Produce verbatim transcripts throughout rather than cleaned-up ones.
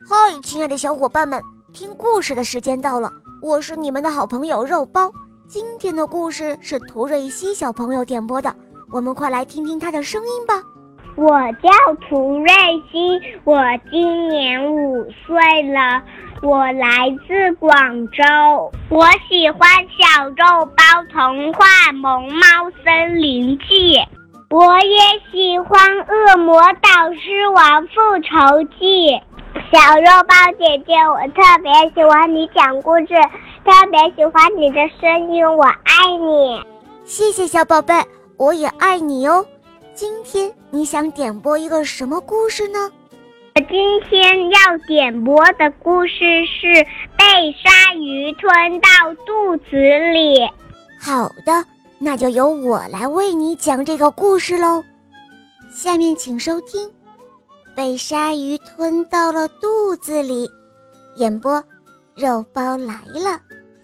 嗨，亲爱的小伙伴们，听故事的时间到了，我是你们的好朋友肉包。今天的故事是涂瑞希小朋友点播的，我们快来听听他的声音吧。 我叫涂瑞希，我今年五岁了，我来自广州。我喜欢小肉包童话《萌猫森林记》，我也喜欢恶魔导师王复仇记。小肉包姐姐，我特别喜欢你讲故事，特别喜欢你的声音，我爱你。 谢谢小宝贝，我也爱你哦。今天你想点播一个什么故事呢？ 我今天要点播的故事是被鲨鱼吞到肚子里。 好的，那就由我来为你讲这个故事喽。下面请收听被鲨鱼吞到了肚子里，演播肉包来了。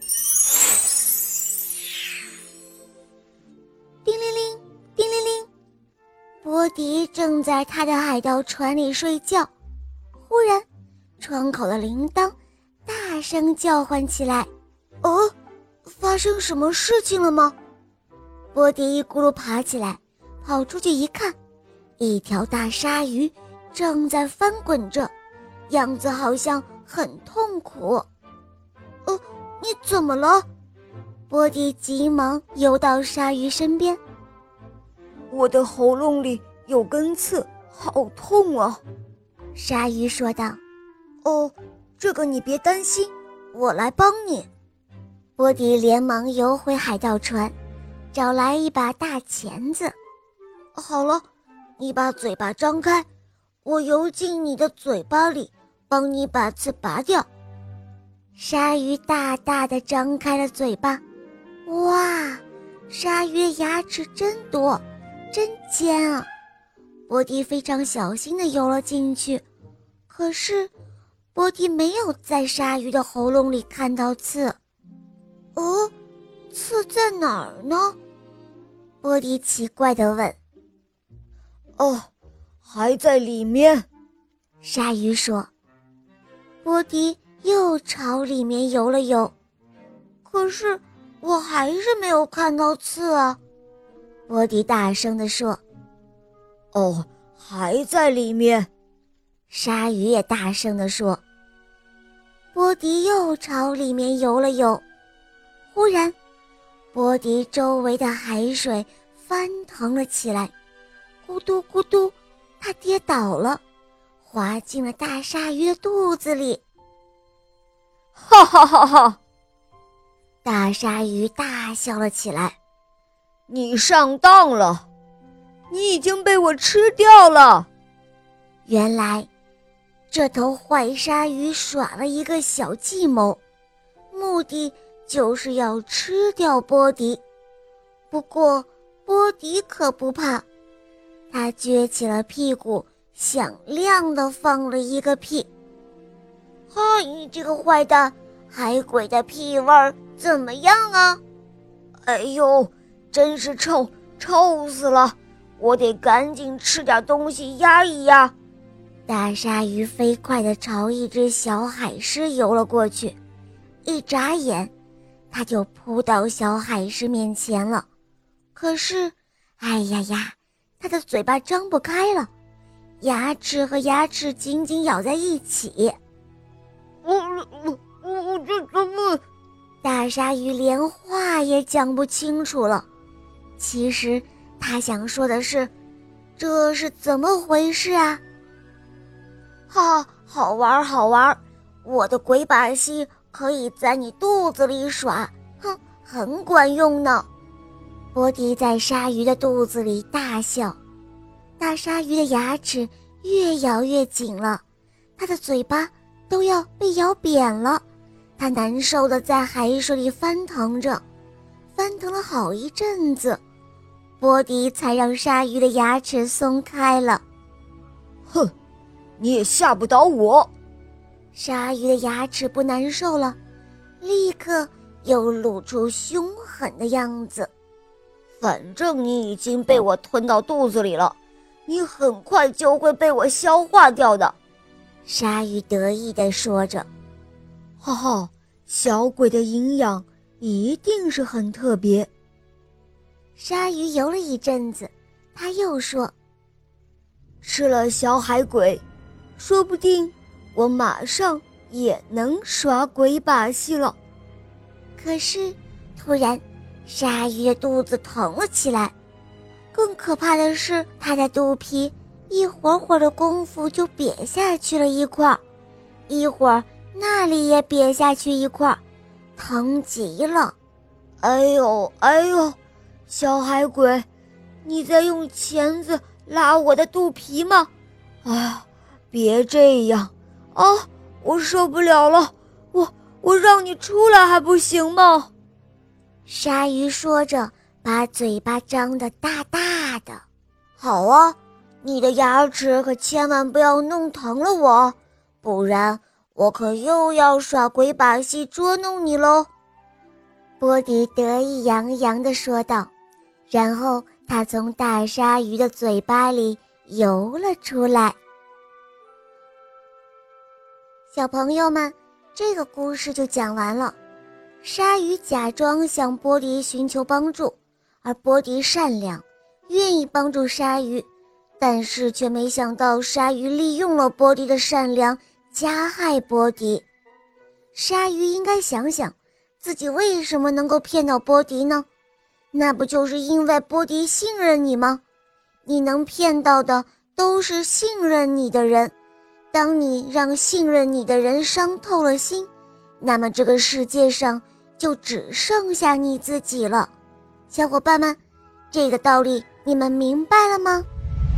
叮铃铃，叮铃铃，波迪正在他的海盗船里睡觉，忽然窗口的铃铛大声叫唤起来。哦，发生什么事情了吗？波迪一咕噜爬起来，跑出去一看，一条大鲨鱼正在翻滚着，样子好像很痛苦。哦，你怎么了？波迪急忙游到鲨鱼身边。 我的喉咙里有根刺，好痛啊！ 鲨鱼说道。 哦，这个你别担心，我来帮你。 波迪连忙游回海盗船，找来一把大钳子。好了，你把嘴巴张开，我游进你的嘴巴里，帮你把刺拔掉。鲨鱼大大地张开了嘴巴，哇，鲨鱼的牙齿真多，真尖啊！波迪非常小心地游了进去，可是波迪没有在鲨鱼的喉咙里看到刺。哦，刺在哪儿呢？波迪奇怪地问。 哦，还在里面， 鲨鱼说。波迪又朝里面游了游，可是我还是没有看到刺啊！波迪大声地说。 哦，还在里面， 鲨鱼也大声地说。波迪又朝里面游了游，忽然波迪周围的海水翻腾了起来，咕嘟咕嘟，他跌倒了，滑进了大鲨鱼的肚子里。 哈哈哈哈！ 大鲨鱼大笑了起来。 你上当了，你已经被我吃掉了。 原来这头坏鲨鱼耍了一个小计谋，目的就是要吃掉波迪。不过波迪可不怕，他撅起了屁股，响亮地放了一个屁。嗨，你这个坏蛋，海鬼的屁味儿怎么样啊？ 哎呦，真是臭，臭死了！我得赶紧吃点东西压一压。 大鲨鱼飞快地朝一只小海狮游了过去，一眨眼，它就扑到小海狮面前了。可是，哎呀呀，它的嘴巴张不开了，牙齿和牙齿紧紧咬在一起。 我我我这怎么？ 大鲨鱼连话也讲不清楚了。其实他想说的是，这是怎么回事啊？哈，好玩好玩，我的鬼把戏可以在你肚子里耍，哼，很管用呢。波迪在鲨鱼的肚子里大笑，大鲨鱼的牙齿越咬越紧了，它的嘴巴都要被咬扁了，它难受地在海水里翻腾着，翻腾了好一阵子，波迪才让鲨鱼的牙齿松开了。 哼，你也吓不倒我。 鲨鱼的牙齿不难受了，立刻又露出凶狠的样子。 反正你已经被我吞到肚子里了，你很快就会被我消化掉的。 鲨鱼得意地说着。 哈哈，小鬼的营养一定是很特别。 鲨鱼游了一阵子，他又说， 吃了小海鬼，说不定我马上也能耍鬼把戏了。 可是突然鲨鱼的肚子疼了起来，更可怕的是它的肚皮一会儿会儿的功夫就瘪下去了一块，一会儿那里也瘪下去一块，疼极了。 哎呦哎呦，小海鬼，你在用钳子拉我的肚皮吗？哎呀，别这样啊，我受不了了，我我让你出来还不行吗？ 鲨鱼说着，把嘴巴张得大大的。好啊，你的牙齿可千万不要弄疼了我，不然我可又要耍鬼把戏捉弄你喽。波迪得意洋洋地说道，然后他从大鲨鱼的嘴巴里游了出来。小朋友们，这个故事就讲完了。鲨鱼假装向波迪寻求帮助，而波迪善良，愿意帮助鲨鱼，但是却没想到鲨鱼利用了波迪的善良，加害波迪。鲨鱼应该想想，自己为什么能够骗到波迪呢？那不就是因为波迪信任你吗？你能骗到的都是信任你的人，当你让信任你的人伤透了心，那么这个世界上就只剩下你自己了。小伙伴们，这个道理你们明白了吗？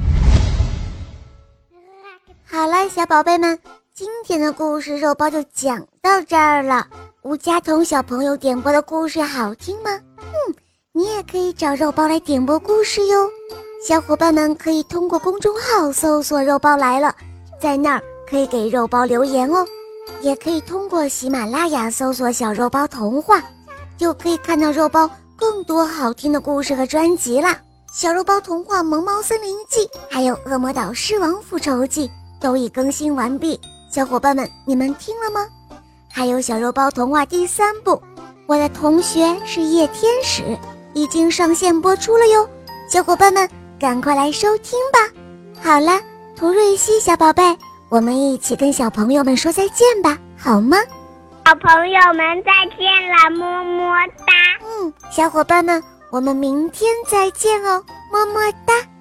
好了，小宝贝们，今天的故事肉包就讲到这儿了。吴佳彤小朋友点播的故事好听吗？嗯，你也可以找肉包来点播故事哟。小伙伴们可以通过公众号搜索肉包来了，在那儿可以给肉包留言哦，也可以通过喜马拉雅搜索小肉包童话，就可以看到肉包更多好听的故事和专辑啦。小肉包童话萌猫森林记还有恶魔岛狮王复仇记都已更新完毕，小伙伴们你们听了吗？还有小肉包童话第三部我的同学是夜天使已经上线播出了哟，小伙伴们赶快来收听吧。好了，涂瑞希小宝贝，我们一起跟小朋友们说再见吧，好吗？ 小朋友们再见了，么么哒。 嗯，小伙伴们，我们明天再见哦，么么哒。